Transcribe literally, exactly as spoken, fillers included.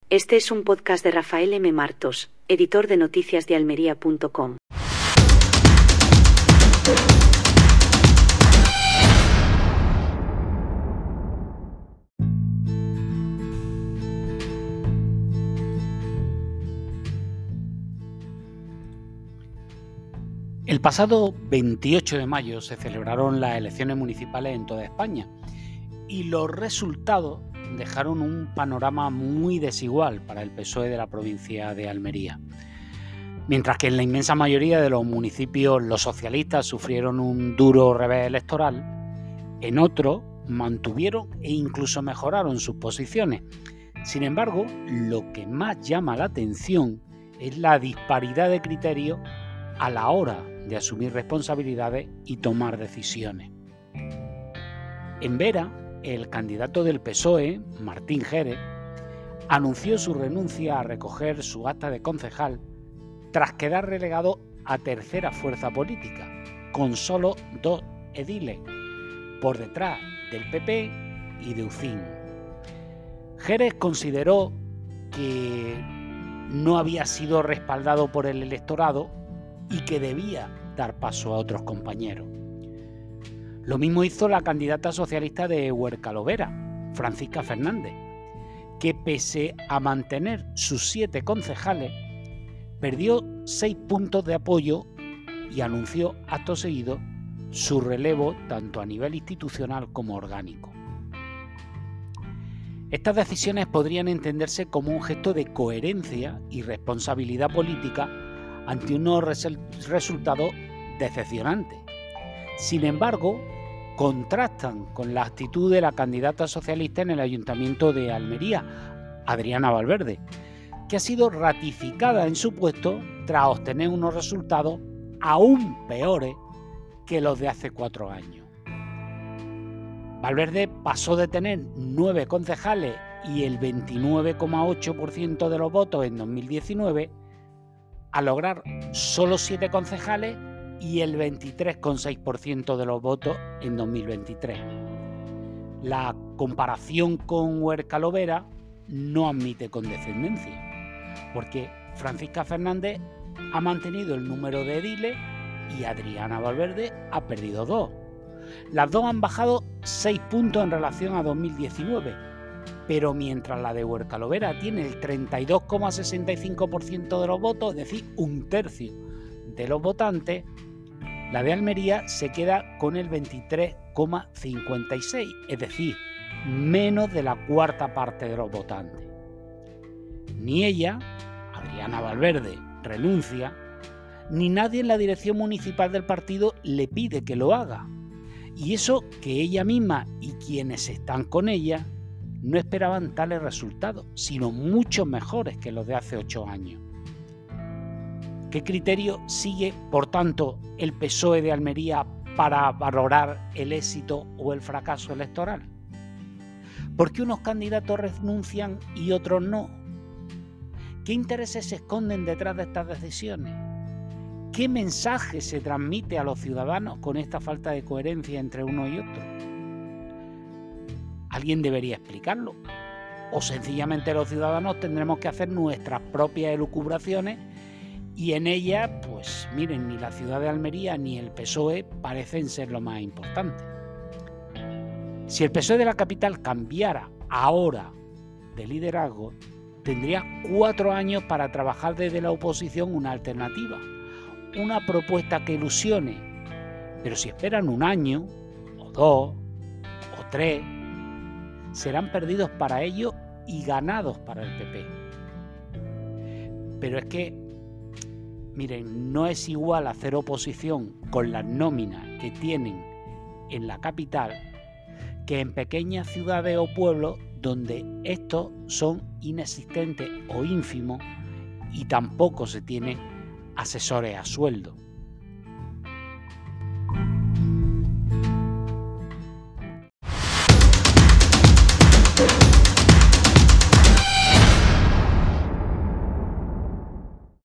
Este es un podcast de Rafael M. Martos, editor de noticias de almería punto com. El pasado veintiocho de mayo se celebraron las elecciones municipales en toda España y los resultados dejaron un panorama muy desigual para el P S O E de la provincia de Almería. Mientras que en la inmensa mayoría de los municipios los socialistas sufrieron un duro revés electoral, en otros mantuvieron e incluso mejoraron sus posiciones. Sin embargo, lo que más llama la atención es la disparidad de criterios a la hora de asumir responsabilidades y tomar decisiones. En Vera, el candidato del P S O E, Martín Jerez, anunció su renuncia a recoger su acta de concejal tras quedar relegado a tercera fuerza política, con solo dos ediles, por detrás del P P y de U C I N. Jerez consideró que no había sido respaldado por el electorado y que debía dar paso a otros compañeros. Lo mismo hizo la candidata socialista de Huercalovera, Francisca Fernández, que pese a mantener sus siete concejales, perdió seis puntos de apoyo y anunció acto seguido su relevo tanto a nivel institucional como orgánico. Estas decisiones podrían entenderse como un gesto de coherencia y responsabilidad política ante unos resultados decepcionantes. Sin embargo, contrastan con la actitud de la candidata socialista en el Ayuntamiento de Almería, Adriana Valverde, que ha sido ratificada en su puesto tras obtener unos resultados aún peores que los de hace cuatro años. Valverde pasó de tener nueve concejales y el veintinueve coma ocho por ciento de los votos en dos mil diecinueve a lograr solo siete concejales y el veintitrés coma seis por ciento de los votos en dos mil veintitrés. La comparación con Huercalovera no admite condescendencia, porque Francisca Fernández ha mantenido el número de ediles y Adriana Valverde ha perdido dos. Las dos han bajado seis puntos en relación a dos mil diecinueve, pero mientras la de Huercalovera tiene el treinta y dos coma sesenta y cinco por ciento de los votos, es decir, un tercio de los votantes, la de Almería se queda con el veintitrés coma cincuenta y seis, es decir, menos de la cuarta parte de los votantes. Ni ella, Adriana Valverde, renuncia, ni nadie en la dirección municipal del partido le pide que lo haga. Y eso que ella misma y quienes están con ella no esperaban tales resultados, sino mucho mejores que los de hace ocho años. ¿Qué criterio sigue, por tanto, el P S O E de Almería para valorar el éxito o el fracaso electoral? ¿Por qué unos candidatos renuncian y otros no? ¿Qué intereses se esconden detrás de estas decisiones? ¿Qué mensaje se transmite a los ciudadanos con esta falta de coherencia entre uno y otro? Alguien debería explicarlo, o sencillamente los ciudadanos tendremos que hacer nuestras propias elucubraciones y en ellas, pues miren, ni la ciudad de Almería ni el P S O E parecen ser lo más importante. Si el P S O E de la capital cambiara ahora de liderazgo, tendría cuatro años para trabajar desde la oposición una alternativa, una propuesta que ilusione, pero si esperan un año, o dos, o tres, serán perdidos para ellos y ganados para el P P. Pero es que, miren, no es igual hacer oposición con las nóminas que tienen en la capital que en pequeñas ciudades o pueblos donde estos son inexistentes o ínfimos y tampoco se tienen asesores a sueldo.